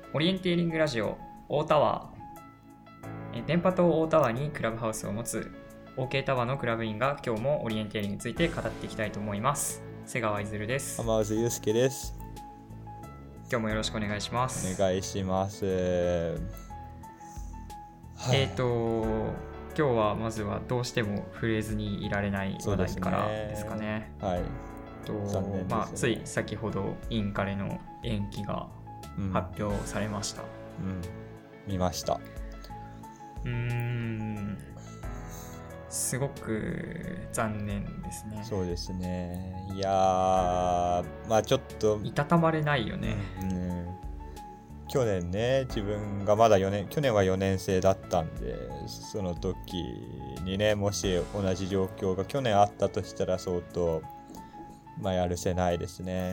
オリエンテーリングラジオ大タワー。電波塔大タワーにクラブハウスを持つ OK タワーのクラブ員が今日もオリエンテーリングについて語っていきたいと思います。瀬川いずるです。 浜内祐介です。 今日もよろしくお願いします。 お願いします。 今日はまずはどうしても触れずにいられない話題からですかね。 はい。残念ですね。 つい先ほどインカレの延期が発表されました。 見ました。 すごく残念ですね。 そうですね。いやー、ちょっといたたまれないよね。 去年ね、自分がまだ去年は4年生だったんで、その時にね、もし同じ状況が去年あったとしたら相当やるせないですね。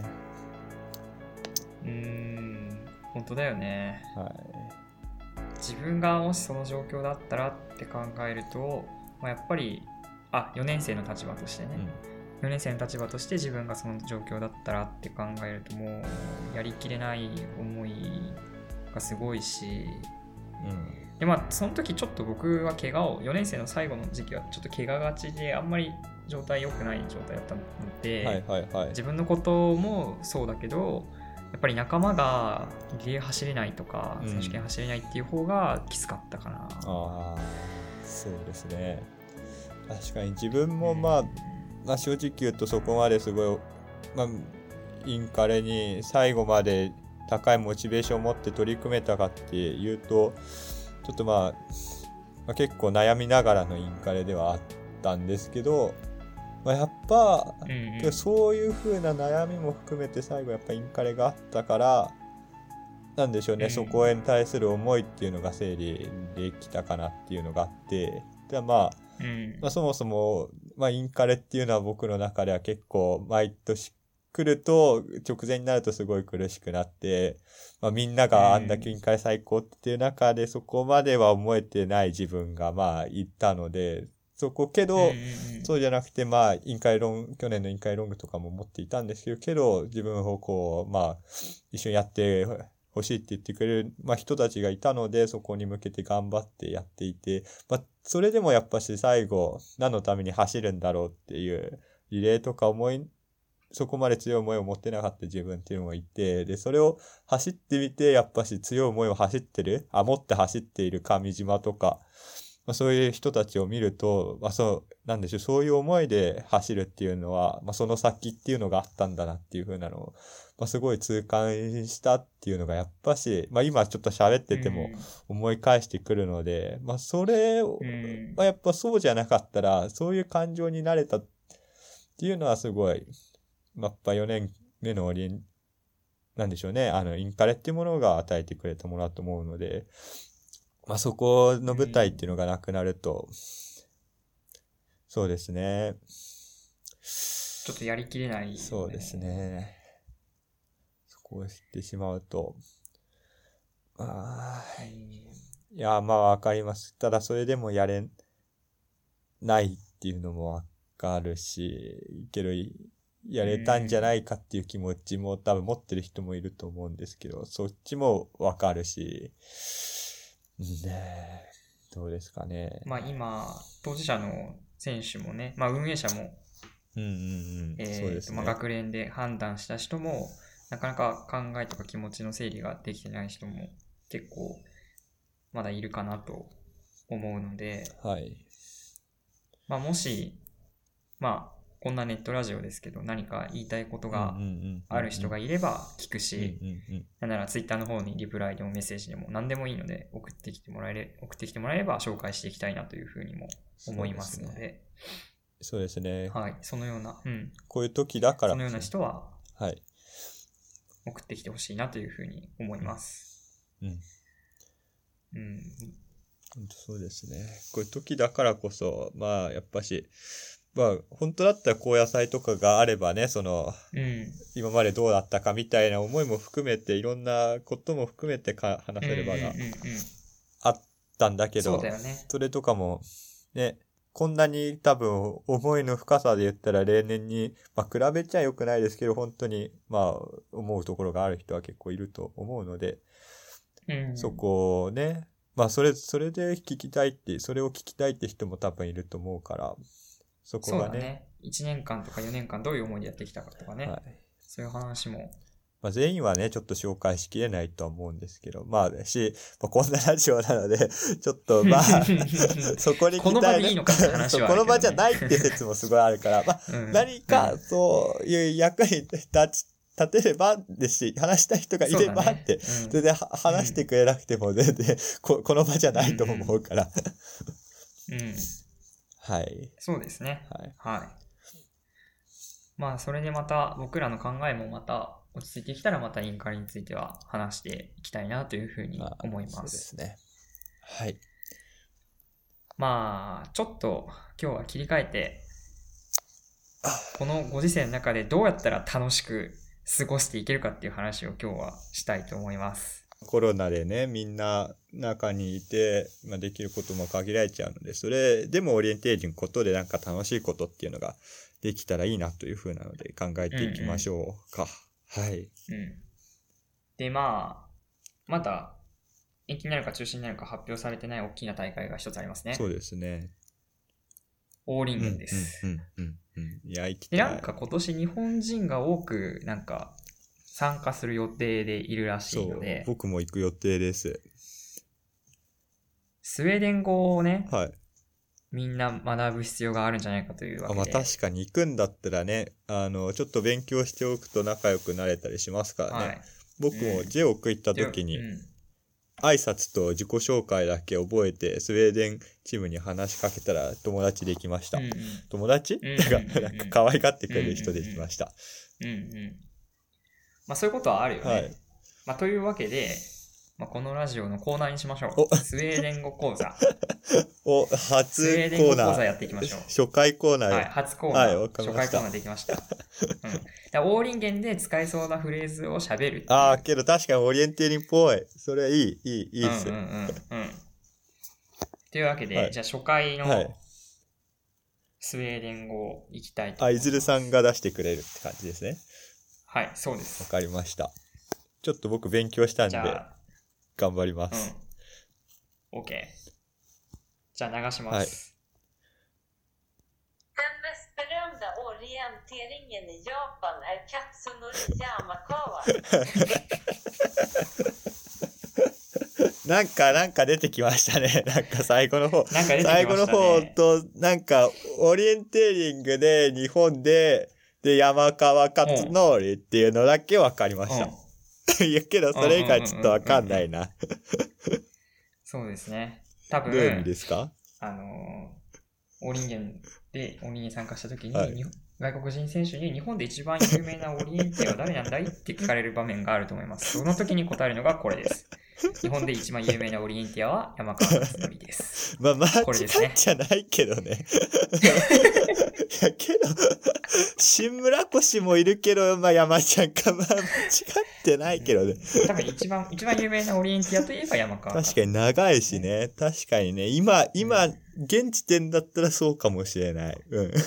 本当だよね。 はい。 自分がもしその状況だったらって考えると、やっぱり4年生の立場としてね、4年生の立場として自分がその状況だったらって考えると、もうやりきれない思いがすごいし、でその時ちょっと僕は怪我を4年生の最後の時期はちょっと怪我がちであんまり状態良くない状態だったので、自分のこともそうだけどやっぱり仲間がリレー走れないとか選手権走れないっていう方がきつかったかな。 そうですね。確かに自分も正直言うとそこまですごい、インカレに最後まで高いモチベーションを持って取り組めたかっていうとちょっと結構悩みながらのインカレではあったんですけど、やっぱ、そういう風な悩みも含めて最後やっぱインカレがあったからなんでしょうね、そこに対する思いっていうのが整理できたかなっていうのがあって、でそもそも、インカレっていうのは僕の中では結構毎年来ると直前になるとすごい苦しくなって、みんながあんだけインカレ最高っていう中でそこまでは思えてない自分がいたので、そうじゃなくて去年のインカレロングとかも持っていたんですけど自分を一緒にやって欲しいって言ってくれる、人たちがいたのでそこに向けて頑張ってやっていて、それでもやっぱし最後何のために走るんだろうっていうリレーとかそこまで強い思いを持ってなかった自分っていうのもいて、でそれを走ってみてやっぱし強い思いを持って走っている上島とか、そういう人たちを見ると、そういう思いで走るっていうのは、その先っていうのがあったんだなっていう風なのを、すごい痛感したっていうのがやっぱし、今ちょっと喋ってても思い返してくるので、それを、やっぱそうじゃなかったら、そういう感情になれたっていうのはすごい、やっぱ4年目のなんでしょうね、インカレっていうものが与えてくれたものだと思うので、そこの舞台っていうのがなくなると、そうですね。 ちょっとやりきれない、ね。 そうですね。そこを知ってしまうと。いや、わかります。ただそれでもやれないっていうのもわかるし、けど、やれたんじゃないかっていう気持ちも多分持ってる人もいると思うんですけど、そっちもわかるし、どうですかね。 今当事者の選手もね、運営者も、 そうですね。 学連で判断した人もなかなか考えとか気持ちの整理ができてない人も結構まだいるかなと思うので、もしこんなネットラジオですけど何か言いたいことがある人がいれば聞くし、なんならツイッターの方にリプライでもメッセージでも何でもいいので送ってきてもらえれば紹介していきたいなというふうにも思いますので、 そうですね。 そのような、 こういう時だからそのような人は送ってきてほしいなというふうに思います。 そうですね。こういう時だからこそ、やっぱし、本当だったら高野菜とかがあればね、今までどうだったかみたいな思いも含めて、いろんなことも含めて話せる場があったんだけど、それとかもね、こんなに多分思いの深さで言ったら例年に、比べちゃ良くないですけど、本当に思うところがある人は結構いると思うので、 そこをね、まあそれで聞きたいって、それを聞きたいって人も多分いると思うから、そこがね。 そうだね。1年間とか4年間どういう思いでやってきたかとかね。はい、そういう話も。 まあ、全員はね、ちょっと紹介しきれないとは思うんですけど、まあ、こんなラジオなので、ちょっとまあ、そこにこの場でいいのかって話はあるけどね。 この場じゃないって説もすごいあるから、まあ、何かそういう役に立てればですし、話したい人がいればって、全然話してくれなくても全然この場じゃないと思うから。はい。 そうですね。 はい。 はい。まあ、それでまた僕らの考えもまた落ち着いてきたらまたインカレについては話していきたいなというふうに思います。そうですね。はい。 まあ、ちょっと今日は切り替えて、このご時世の中でどうやったら楽しく過ごしていけるかっていう話を今日はしたいと思います。 コロナでね、みんな中にいて、まあ、できることも限られちゃうので、それでもオリエンテーリングことでなんか楽しいことっていうのができたらいいなというふうなので考えていきましょうか。はい。 で、まあ、まだ延期になるか中止になるか発表されてない大きな大会が一つありますね。 そうですね。 オーリンゲンです。 いや、行きたい。 で、なんか今年日本人が多くなんか参加する予定でいるらしいので。 そう、僕も行く予定です。 スウェーデン語をね、 はい。 みんな学ぶ必要があるんじゃないかというわけで。 まあ確かに行くんだったらね、ちょっと勉強しておくと仲良くなれたりしますからね。はい、僕もジェオク行った時に、挨拶と自己紹介だけ覚えてスウェーデンチームに話しかけたら友達できました。友達、なんか可愛がってくれる人できました。 まあそういうことはあるよね。はい、まあというわけで、まあ、このラジオのコーナーにしましょう。スウェーデン語講座。 初コーナー。 スウェーデン語講座やっていきましょう。 初回コーナー。 はい、初コーナー。はい、初回コーナーできました。オーリンゲンで使えそうなフレーズを喋る。 ああ、けど確かにオリエンテーリングっぽい。それいいっす。 というわけで、はい、じゃあ初回のスウェーデン語いきたいと思います。 いずるさんが出してくれるって感じですね。 はい、そうです。 わかりました。ちょっと僕勉強したんで、頑張ります。 OK。じゃあ流します。 Den mest berömda orienteringen i Japan är Katsunori Yamakawa。なんか出てきましたね。なんか最後の方。 最後の方と、なんか、オリエンテーリングで日本で、山川勝則っていうのだけわかりました。いやけど、それ以外ちょっとわかんないな。 そうですね。多分、 どういう意味ですか？ オーリンゲンで、オーリンゲン参加した時に、はい、外国人選手に日本で一番有名なオリエンテは誰なんだいって聞かれる場面があると思います。その時に答えるのがこれです。日本で一番有名なオリエンティアは山川勝則です。 まあ、これですね。じゃないけどね。いやけど、新村越もいるけど、まあ山ちゃんか、まあ間違ってないけどね。 多分一番有名なオリエンティアといえば山川。 確かに長いしね。確かにね。今、現時点だったらそうかもしれない。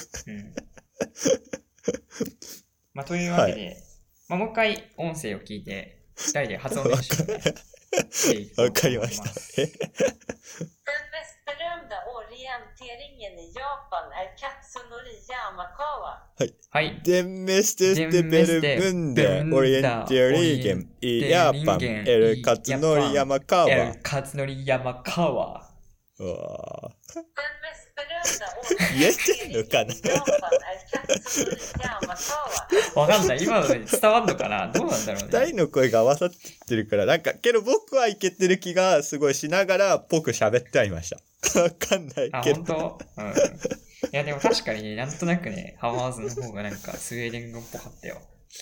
まあというわけで、はい、まあもう一回音声を聞いて、二人で発音練習をね。 わかりました。 Den mest berömda orienteringen i Japan är Katsunori Yamakawa。 はい。 Den mest berömda orienteringen i Japan är Katsunori Yamakawa。 Katsunori Yamakawa。 言えてんのかな？ わかんない。今ので伝わんのかな？どうなんだろうね。 二人の声が合わさってるから、なんか、けど僕はいけてる気がすごいしながら、ぽく喋ってはいました。わかんないけど。 本当？いや、でも確かにね、なんとなくね、ハワーズの方がなんかスウェーデン語っぽかったよ。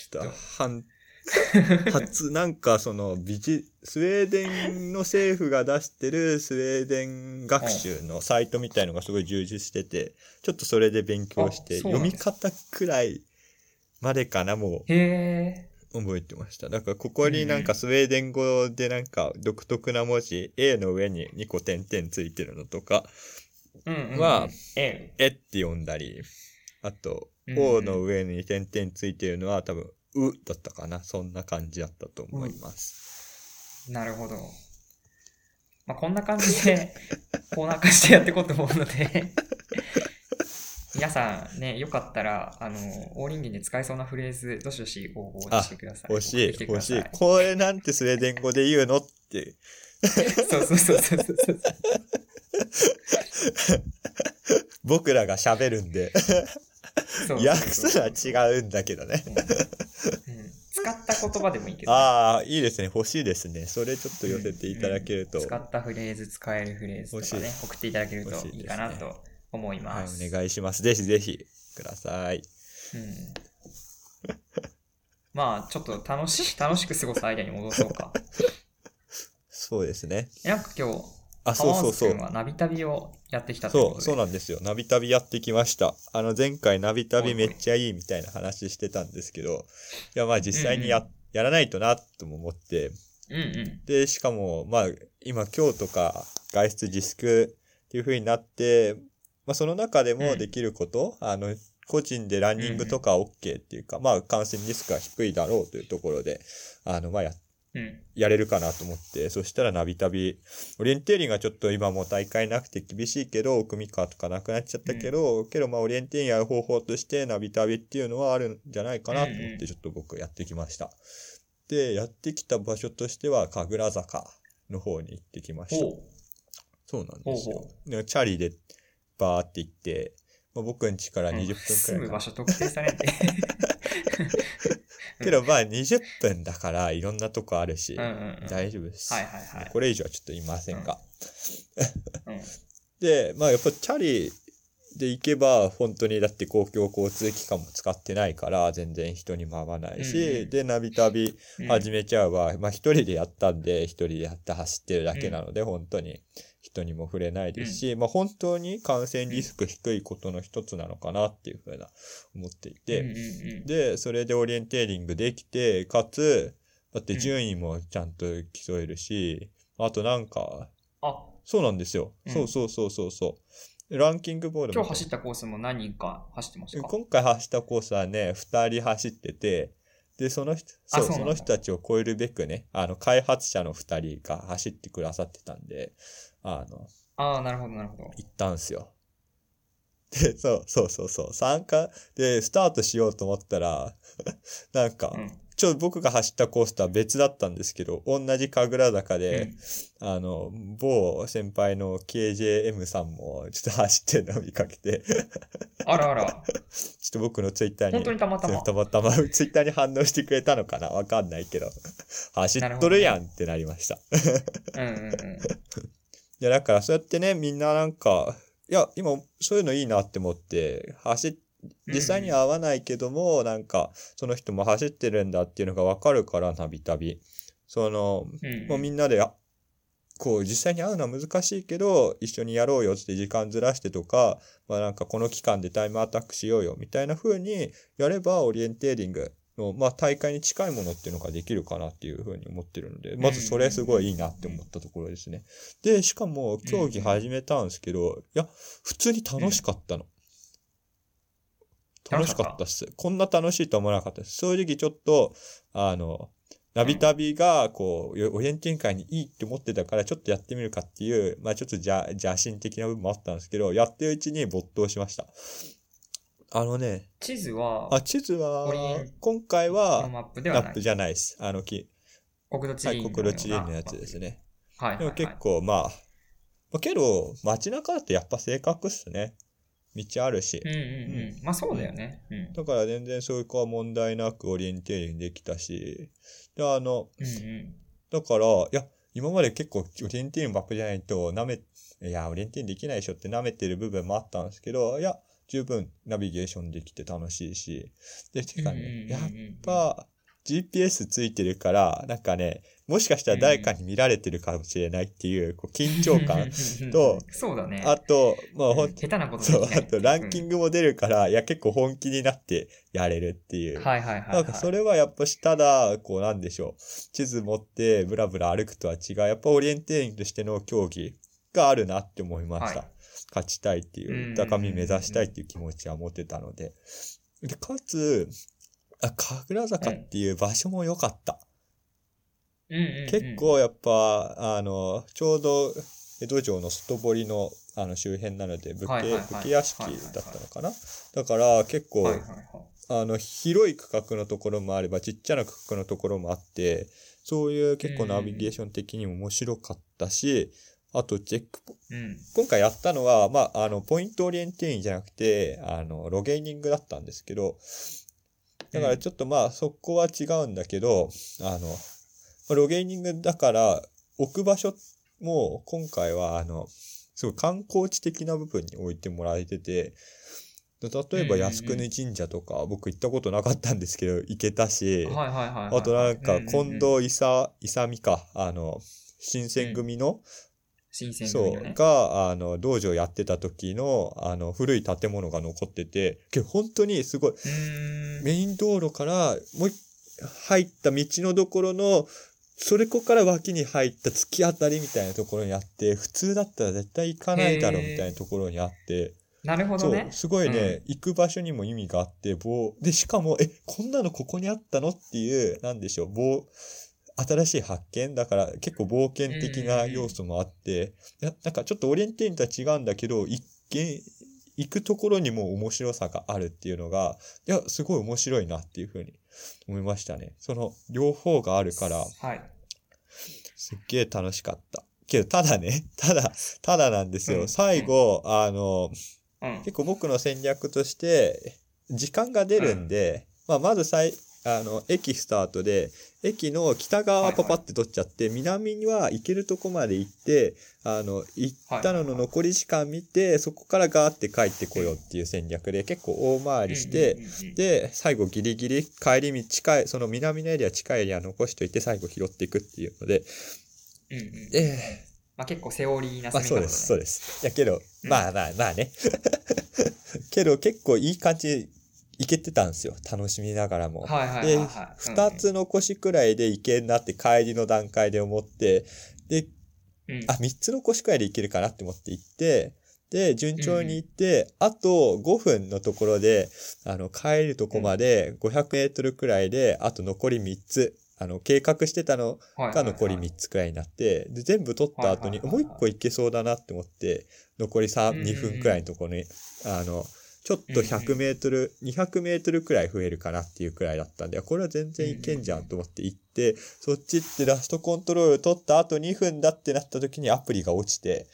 なんかそのスウェーデンの政府が出してるスウェーデン学習のサイトみたいのがすごい充実してて、ちょっとそれで勉強して、読み方くらいまでかな、もう。覚えてました。だからここになんかスウェーデン語でなんか独特な文字、A の上に2個点々ついてるのとかは、えって読んだり、あと、O の上に点々ついてるのは多分、だったかな。そんな感じだったと思います。 なるほど。 まあ、こんな感じでコーナー化してやっていこうと思うので皆さんね、よかったら、大人間で使えそうなフレーズ、どしどし応募してください。 欲しい、 送ってきてくださ欲しい。これなんてスウェーデン語で言うのって。 そうそうそうそうそう。 僕らが喋るんで。訳すのは違うんだけどね。 使った言葉でもいいけど、ね。 ああ、いいですね。欲しいですね。それちょっと寄せていただけると。 使ったフレーズ、使えるフレーズとかね、送っていただけるといいかなと思います。 はい、お願いします。ぜひぜひください。 まあ、ちょっと楽しく過ごす間に戻そうか。 そうですね。 なんか今日、 そうそう。 君はナビ旅をやってきたということで。 そうなんですよ。ナビ旅やってきました。前回ナビ旅めっちゃいいみたいな話してたんですけど、いやまあ実際にやらないとなとも思って、で、しかもまあ今日とか外出自粛っていう風になって、まあその中でもできること、個人でランニングとか OK っていうか、まあ感染リスクが低いだろうというところで、まあやれるかなと思って、そしたらナビ旅、オリエンテーリングがちょっと今もう大会なくて厳しいけど、組川とかなくなっちゃったけど、まあオリエンテーリングやる方法としてナビ旅っていうのはあるんじゃないかなと思って、ちょっと僕やってきました。で、やってきた場所としては、神楽坂の方に行ってきました。そうなんですよ。でチャリでバーって行って、まあ、僕ん家から20分くらい。 住む場所特定されて。 けどまあ20分だからいろんなとこあるし、大丈夫です。これ以上はちょっと言いませんが。で、まあやっぱチャリで行けば本当にだって公共交通機関も使ってないから全然人にも会わないし、でナビ旅始めちゃうわ、まあ一人でやったんで一人でやって走ってるだけなので本当に人にも触れないですし、まあ本当に感染リスク低いことの一つなのかなっていうふうな思っていて、でそれでオリエンテーリングできて、かつだって順位もちゃんと競えるし、あとなんかそうなんですよ、そうランキングボード今日走ったコースも何人か走ってましたか？ 今回走ったコースはね2人走ってて、でその人たちを超えるべくね、開発者の2人が走ってくださってたんで、 なるほど行ったんすよ。でそう参加でスタートしようと思ったらなんか、僕が走ったコースとは別だったんですけど、同じ神楽坂で、某先輩の KJM さんもちょっと走ってるのを見かけてあらちょっと僕のツイッターに本当にたまたまツイッターに反応してくれたのかな、わかんないけど走っとるやんってなりました。いやだからそうやってね、みんななんかいや今そういうのいいなって思って実際には会わないけども、なんかその人も走ってるんだっていうのが分かるから、ナビ旅もうみんなでこう実際に会うのは難しいけど一緒にやろうよって時間ずらしてとか、まあなんかこの期間でタイムアタックしようよみたいな風にやればオリエンテーリングのまあ大会に近いものっていうのができるかなっていう風に思ってるので、まずそれすごいいいなって思ったところですね。でしかも競技始めたんですけど、いや普通に楽しかったの。楽しかったっす。こんな楽しいとは思わなかったです。正直ちょっとナビ旅がこうオリエンティング会にいいって思ってたからちょっとやってみるかっていう、まあちょっと邪心的な部分もあったんですけど、やってるうちに没頭しました。 地図は今回はマップじゃないです。 国土地理院のやつですね。 でも結構まあけど街中だとやっぱ正確っすね。道あるし。 まあそうだよね。 だから全然そういう子は問題なくオリエンテーリングできたし、でだからいや今まで結構オリエンテーリングマップじゃないとオリエンテーリングできないでしょって舐めてる部分もあったんですけど、いや十分ナビゲーションできて楽しいし、でてかね、やっぱ GPS ついてるからなんかね、もしかしたら誰かに見られてるかもしれないっていう、緊張感とそうだね。 あとまあ下手なことできない。 あとランキングも出るから、いや結構本気になってやれるっていう。なんかそれはやっぱただこうなんでしょう、地図持ってブラブラ歩くとは違う、やっぱオリエンテーリングとしての競技があるなって思いました。勝ちたいっていう、高み目指したいっていう気持ちは持ってたので、でかつ神楽坂っていう場所も良かった。 結構やっぱちょうど江戸城の外堀の周辺なので武家屋敷だったのかな。だから結構、広い区画のところもあればちっちゃな区画のところもあって、そういう結構ナビゲーション的にも面白かったし、あと今回やったのは、ポイントオリエンテーリングじゃなくてロゲーニングだったんですけど、だからちょっとそこは違うんだけど、ロゲーニングだから置く場所も今回はすごい観光地的な部分に置いてもらえてて、例えば靖国神社とか僕行ったことなかったんですけど行けたし、あとなんか近藤勇か新選組のそうが道場やってた時の古い建物が残ってて、本当にすごいメイン道路からもう入った道のところのそれこから脇に入った突き当たりみたいなところにあって、普通だったら絶対行かないだろうみたいなところにあって、 なるほどね。 そうすごいね、行く場所にも意味があって、でしかもこんなのここにあったのっていうなんでしょう、新しい発見だから結構冒険的な要素もあって、なんかちょっとオリエンテーリングとは違うんだけど、行くところにも面白さがあるっていうのが、すごい面白いなっていうふうに思いましたね。その両方があるから、すっげえ楽しかった。けどただなんですよ。最後結構僕の戦略として時間が出るんで、まず駅スタートで、駅の北側はパパって取っちゃって、南には行けるとこまで行って、行ったのの残り時間見て、そこからガーって帰ってこようっていう戦略で、結構大回りして、で、最後ギリギリ帰り道その南のエリア近いエリア残しといて、最後拾っていくっていうので、 結構セオリーな攻め方だね。 そうです。やけど、まあね。けど結構いい感じ、いけてたんですよ。楽しみながらも。で、2つ残しくらいでいけんなって帰りの段階で思って、で、3つ残しくらいでいけるかなって思って行って、で、順調に行って、あと5分のところで、帰るとこまで500メートルくらいで、あと残り3つ。計画してたのが残り3つくらいになって、で、全部取った後にもう1個いけそうだなって思って、残り2分くらいのところに、ちょっと100メートル、200メートルくらい増えるかなっていうくらいだったんで、これは全然いけんじゃんと思って行って、そっちってラストコントロール取った後2分だってなった時にアプリが落ちて、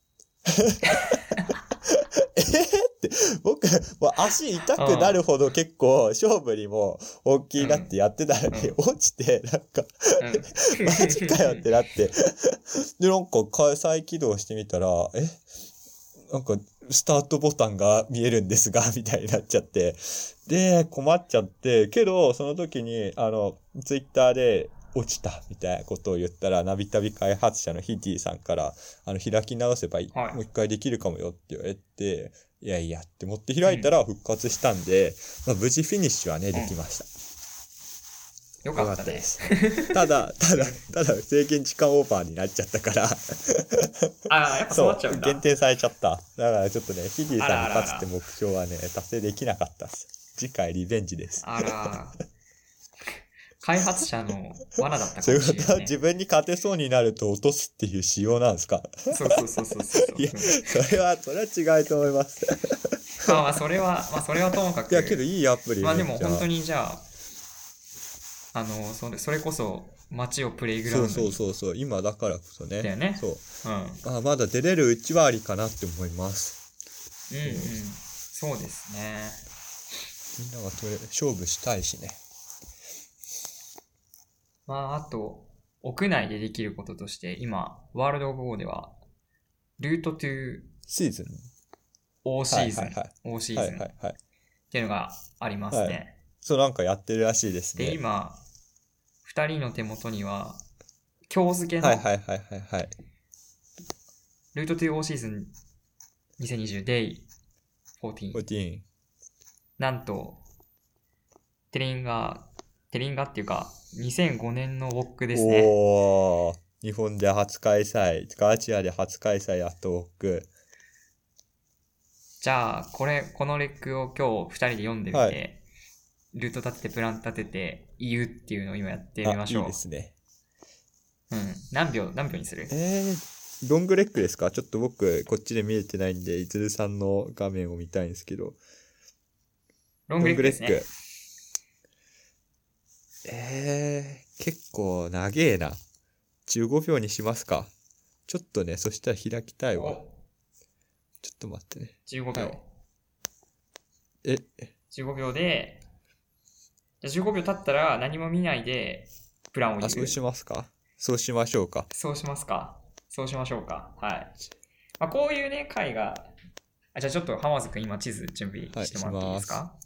って僕もう足痛くなるほど結構勝負にも大きいなってやってたのに落ちて、なんかマジかよってなって、でなんか再起動してみたらなんかスタートボタンが見えるんですがみたいになっちゃって、で困っちゃって、けどその時にツイッターで落ちたみたいなことを言ったら、ナビタビ開発者のヒディさんから開き直せばもう一回できるかもよって言われて、いやいやって思って開いたら復活したんで、無事フィニッシュはねできました。 よかったです。 ただ制限時間オーバーになっちゃったからやっぱそうなっちゃうんだ。 減点されちゃった。だからちょっとね、ヒディさんに勝つって目標はね達成できなかったです。次回リベンジです。 開発者の罠だったかもしれない、ね。そういうことは自分に勝てそうになると落とすっていう仕様なんですか？ そう。 いや、それは違うと思います。 それはともかく。 いや、けどいいアプリ。 でも本当にじゃあ、それこそ街をプレイグラウンドに。 そう。今だからこそね。 だよね。 そう。まだ出れるうちはありかなって思います。 そうですね。 みんなが勝負したいしね。 あと、屋内でできることとして、今、ワールド・オブ・オーでは、ルート・トゥ・シーズン。 オーシーズン。オーシーズン。っていうのがありますね。 そう、なんかやってるらしいですね。 で、今、2人の手元には、今日付けの、ルート・トゥ・オーシーズン2020 Day 14。なんと、テリンガっていうか、2005年のウォックですね。 日本で初開催、ガーチアで初開催やったウォック。 じゃあ、このレックを今日2人で読んでみて、ルート立てて、プラン立てて、言うっていうのを今やってみましょう。 いいですね。 何秒にする？ ロングレックですか？ちょっと僕こっちで見えてないんでいつるさんの画面を見たいんですけど。 ロングレックですね。 結構長えな。15秒にしますか。ちょっとね、そしたら開きたいわ。ちょっと待ってね。 15秒。 はい、 15秒で、じゃあ15秒経ったら何も見ないでプランを言う。 そうしますか。そうしましょうか。 そうしますか。そうしましょうか。はい。まあ、こういうね、回が、じゃあちょっと浜津くん今地図準備してもらっていいですか？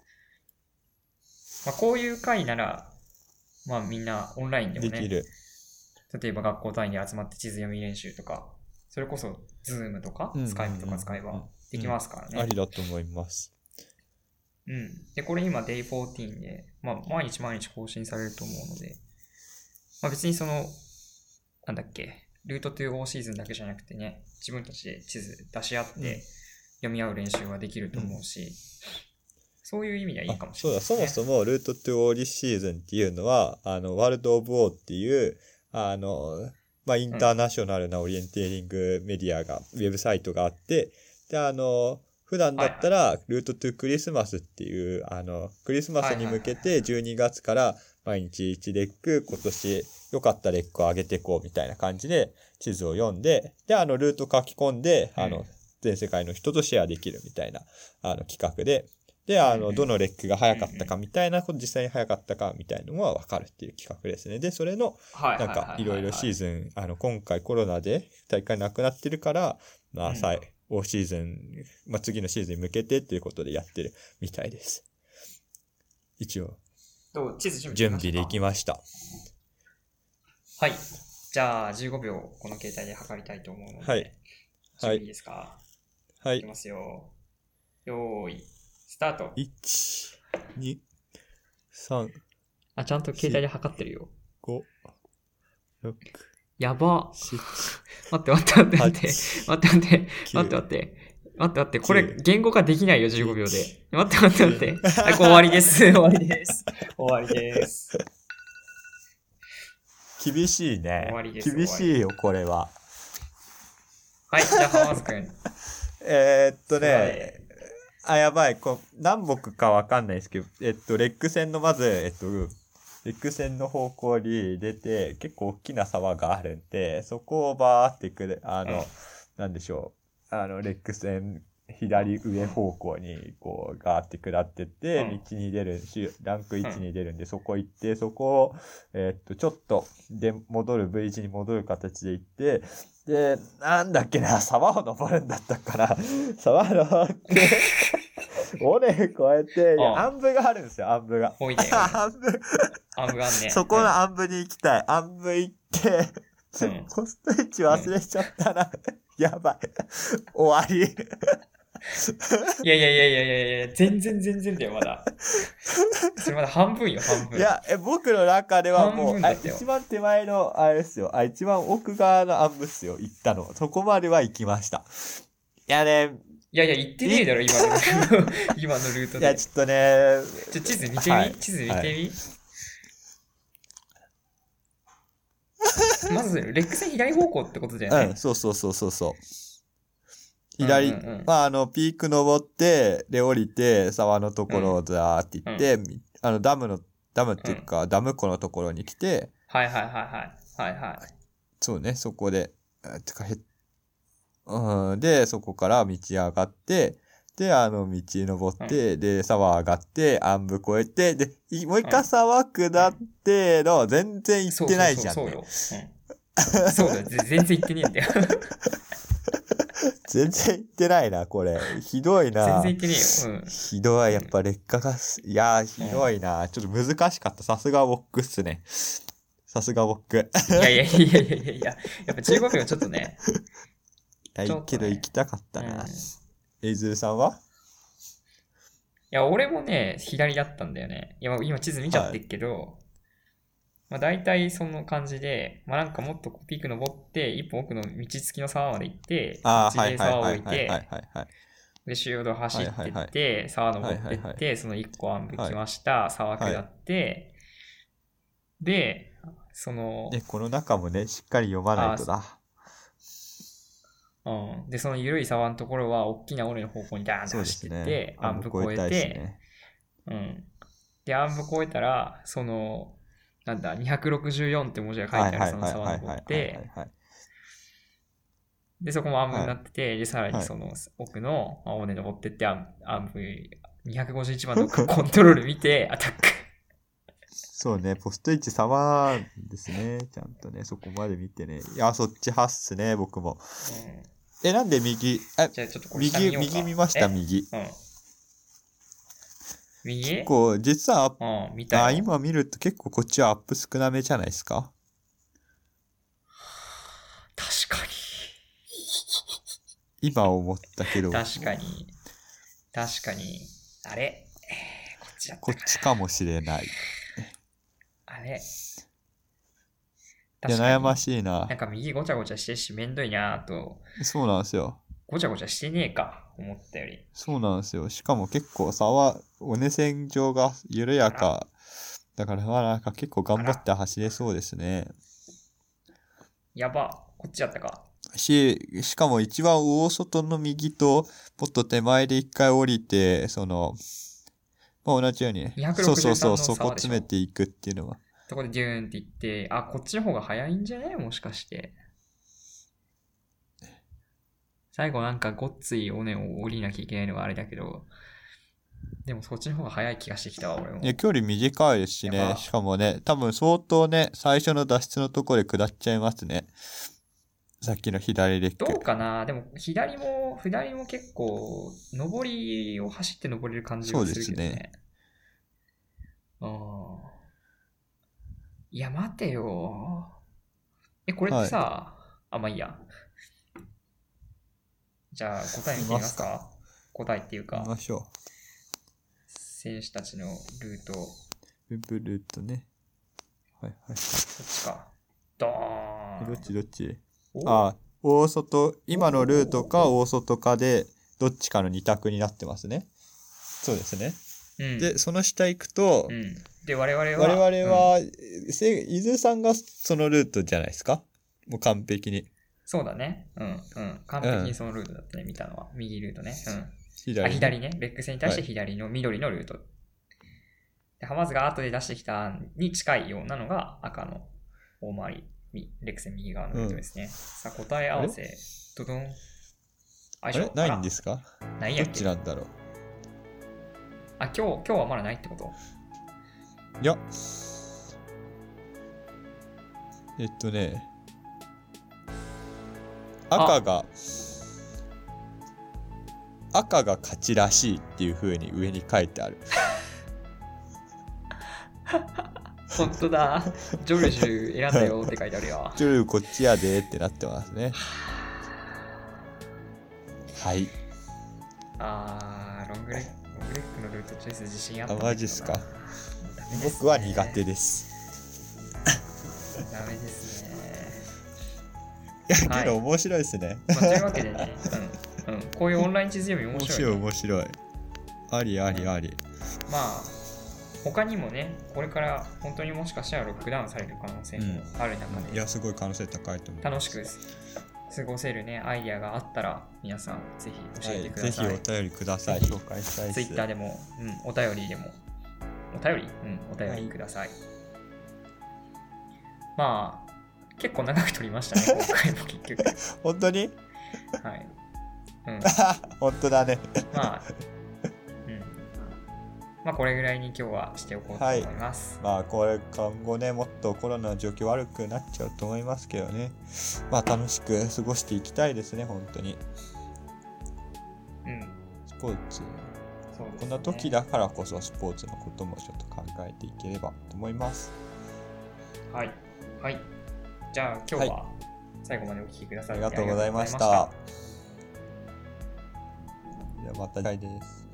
まあ、こういう回なら、まあみんなオンラインでもね、 できる。 例えば学校単位で集まって地図読み練習とか、それこそ Zoom とか Skype とか使えばできますからね。 ありだと思います。 で、これ今 Day14 で、まあ毎日更新されると思うので、まあ別にその、なんだっけ、ルート2 all シーズンだけじゃなくてね、自分たちで地図出し合って読み合う練習はできると思うし、そういう意味ではいいかもしれない、ね。 そうだ、そもそもルート2 all シーズンっていうのは、ワールドオブウォーっていう、まあ、インターナショナルなオリエンテーリングメディアが、ウェブサイトがあって、で、普段だったら、ルートトゥクリスマスっていう、クリスマスに向けて12月から毎日1レック、今年良かったレックを上げていこうみたいな感じで地図を読んで、で、ルート書き込んで、全世界の人とシェアできるみたいな、企画で、で、どのレックが早かったかみたいな、実際に早かったかみたいなのは分かるっていう企画ですね。で、それの、なんか、いろいろシーズン、今回コロナで大会なくなってるから、まあ、オフシーズン、まあ、次のシーズンに向けてっていうことでやってるみたいです。一応、準備できました。 はい。じゃあ、15秒、この携帯で測りたいと思うので、はい。準備いいですか？はい。いきますよ。よーい。スタート。 1、2、3。 ちゃんと携帯で測ってるよ。 5、6。 やば。 7、 待って。これ、言語化できないよ、15秒で。待って。はい、終わりです。終わりです。 厳しいね。 終わりです。 厳しいよ、これは。 はい、じゃあ、浜津くん。 やばい。何北かわかんないですけど、レック戦のまず、レック戦の方向に出て、結構大きな沢があるんで、そこをバーってなんでしょう。レック戦、左上方向に、こう、ガーって下ってって、道に出るランク1に出るんで、そこ行って、そこを、ちょっと、V 字に戻る形で行って、で、なんだっけな、沢を登るんだったから、沢登って、尾根越えて、暗部があるんですよ、暗部が。 暗部があんね。 そこの暗部に行きたい。暗部行って、ポスト位置忘れちゃったな。やばい。終わり。 いや、全然だよ、まだ。それまだ半分よ、半分。 いや、僕の中ではもう、一番手前の、あれですよ。一番奥側の暗部っすよ、行ったの。そこまでは行きました。いやね、 行ってねえだろ、今のルートで。 いや、ちょっとね、 地図見てみ、地図見てみ。まず、レック戦左方向ってことだよね。 そう。左、ピーク登って、で、降りて、沢のところをザーって行って、ダムっていうか、ダム湖のところに来て、 はい。 そうね、そこで、で、そこから道上がって、で、道登って、で、沢上がって、暗部越えて、で、もう一回沢下っての、全然行ってないじゃん、ね。 そうだよ、全然行ってねえんだよ。 全然行ってないな、これ。ひどいな。 全然行ってねえよ。 ひどい、やっぱ劣化が、いやひどいな。ちょっと難しかった。さすがウォックっすね。さすがウォック。 いや。やっぱ15秒ちょっとね。 いや、けど行きたかったな。エイズルさんは？ いや、俺もね、左だったんだよね。いや、今地図見ちゃってっけど、大体その感じで、なんかもっとピーク登って、一本奥の道付きの沢まで行って、道で沢を置いて、で、主要道走ってって、沢登ってって、その1個暗部来ました、沢下って、で、 その、 この中もねしっかり読まないとだ。 で、その緩い沢のところは、大きな尾根の方向にダーンと走ってって、暗部越えて、で、暗部越えたら、その、なんだ、264って文字が書いてあるその沢登って、で、そこも暗部になってて、で、さらにその奥の尾根登ってって、暗部251番のコントロール見て、アタック。 そうね、ポスト1沢ですね。ちゃんとね、そこまで見てね。いや、そっち派っすね、僕も。なんで右、 じゃあちょっとこれ右見ました、右。 右？ 結構、実は、 見たよ。 今見ると結構こっちはアップ少なめじゃないですか？ 確かに。 今思ったけど。 確かに。あれこっちだったかな。 こっちかもしれない。 あれいや、悩ましいな。 なんか右ごちゃごちゃしてるし、めんどいなぁと。 そうなんですよ。 ごちゃごちゃしてねえか、思ったより。 そうなんですよ。しかも結構尾根線上が緩やか。だからなんか結構頑張って走れそうですね。 やば、こっちやったか。 しかも一番大外の右と、もっと手前で一回降りて、同じように、そう、そこ詰めていくっていうのは。 そこでデューンっていって、こっちの方が早いんじゃねもしかして。最後なんかごっつい尾根を降りなきゃいけないのはあれだけど、でもそっちの方が早い気がしてきたわ、俺も。 いや、距離短いですしね。しかもね、多分相当ね、最初の脱出のところで下っちゃいますね。さっきの左レック。 どうかな？でも左も結構、上りを走って登れる感じがするけどね。そうですね。いや、待てよ。これってさ、まあいいや。じゃあ、答え見てみますか？答えっていうか。 見ましょう。 選手たちのルート。 ウェブルートね。はい。 こっちか。ドーン。 どっち大外、今のルートか大外かで、どっちかの2択になってますね。そうですね。で、その下行くと、 で、我々 は、伊豆さんがそのルートじゃないですか？もう完璧に。 そうだね。完璧にそのルートだったね、見たのは。右ルートね。左ね。レックスに対して左の緑のルート。で、浜津が後で出してきたに近いようなのが赤の大回り、レックス右側のルートですね。さあ、答え合わせ。ドドン。 ないんですか？ ないやっけ？ どっちなんだろう。 今日はまだないってこと？ いや。赤が勝ちらしいっていう風に上に書いてある。 本当だ。ジョルジュ選んだよって書いてあるよ。 ジョルこっちやでってなってますね。はい。 ロングレックのルートチョイス自信あったんだけどな。 マジっすか？僕は苦手です。 ダメですね。 いや、けど面白いですね。 というわけでね、こういうオンライン地図読み面白い、ね。 面白い。あり。 まあ、他にもね、これから本当にもしかしたらロックダウンされる可能性もある中で、 いや、すごい可能性高いと思います。 楽しく過ごせるね、アイディアがあったら、皆さんぜひ教えてください。 ぜひお便りください。紹介したいです。 Twitter でも、お便りでも。お便りください。まあ、結構長く撮りましたね、今回も結局。 本当に？ はい。 本当だね。 まあこれぐらいに今日はしておこうと思います。 まあ今後ね、もっとコロナの状況悪くなっちゃうと思いますけどね。まあ楽しく過ごしていきたいですね、本当に。スポーツ。そうですね。こんな時だからこそスポーツのこともちょっと考えていければと思います。 はい。じゃあ今日は最後までお聞きください。 ありがとうございました。ではまた次回です。